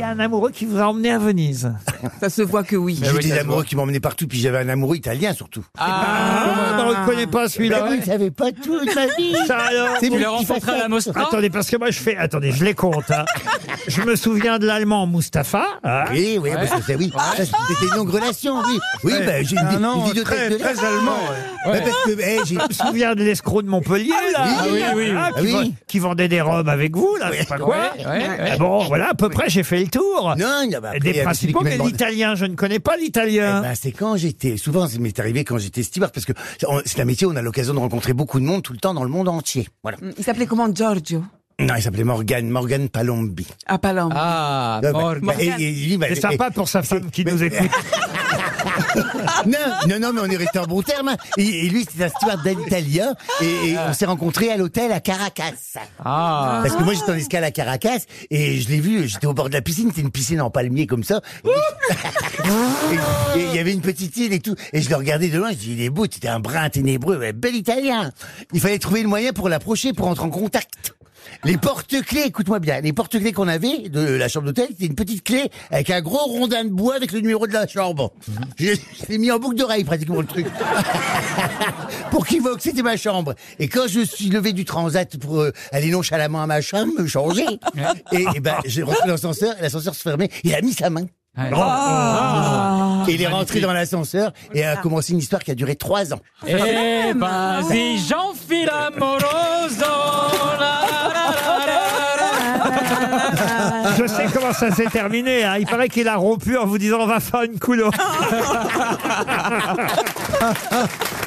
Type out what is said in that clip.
a un amoureux qui vous a emmené à Venise. Ça se voit que oui. J'ai des amoureux qui m'emmenaient partout, puis j'avais un amoureux italien surtout. On ne reconnaît pas celui-là. Vous ne savez pas tout de ma vie. Ça alors. C'est Tu moi l'as qui rencontré à la Mostra? Attendez, parce que moi je fais. Attendez, je les compte. Hein. Je me souviens de l'allemand Mustapha. Hein. Oui, oui, parce que c'est oui. Ça, c'était une longue relation, oui. Oui, ben j'ai une vidéo de très allemand. Ouais, parce que j'ai. Je me souviens de l'escroc de Montpellier, là. Hein, qui vendait des robes avec vous, là, je sais pas quoi. Bon, voilà, à peu près, j'ai fait le tour. Non, il y avait Des principaux, mais l'italien, je ne connais pas l'italien. Ben, c'est quand j'étais. Souvent, ça m'est arrivé quand j'étais steward, parce que c'est un métier où on a l'occasion de rencontrer beaucoup de monde tout le temps dans le monde entier. Voilà. Il s'appelait comment, Giorgio? Non, il s'appait Morgan Palombi. À Palombe. Ah, Ouais, Morgan. et lui, C'est sympa pour sa femme qui nous écoute. Non, mais on est resté en bon terme. Hein. Et lui, c'était un steward d'Alitalia. Et on s'est rencontrés à l'hôtel à Caracas. Ah. Parce que moi, j'étais en escale à Caracas. Et je l'ai vu, j'étais au bord de la piscine. C'était une piscine en palmier comme ça. Et il y avait une petite île et tout. Et je le regardais de loin. Je dis, il est beau, c'était un brun ténébreux. Ouais, bel Italien. Il fallait trouver le moyen pour l'approcher, pour entrer en contact. Les porte-clés, écoute-moi bien, les porte-clés qu'on avait de la chambre d'hôtel, c'était une petite clé avec un gros rondin de bois avec le numéro de la chambre. Je l'ai mis en boucle d'oreille pratiquement le truc. Pour qu'il voit que c'était ma chambre. Et quand je suis levé du transat pour aller nonchalamment à ma chambre, me changer, et ben j'ai rentré dans l'ascenseur, et l'ascenseur se fermait, il a mis sa main. Et il est rentré dans l'ascenseur et a commencé une histoire qui a duré 3 ans. Eh vas-y, j'enfile amoroso. Je sais comment ça s'est terminé. Hein. Il paraît qu'il a rompu en vous disant on va faire une coulo.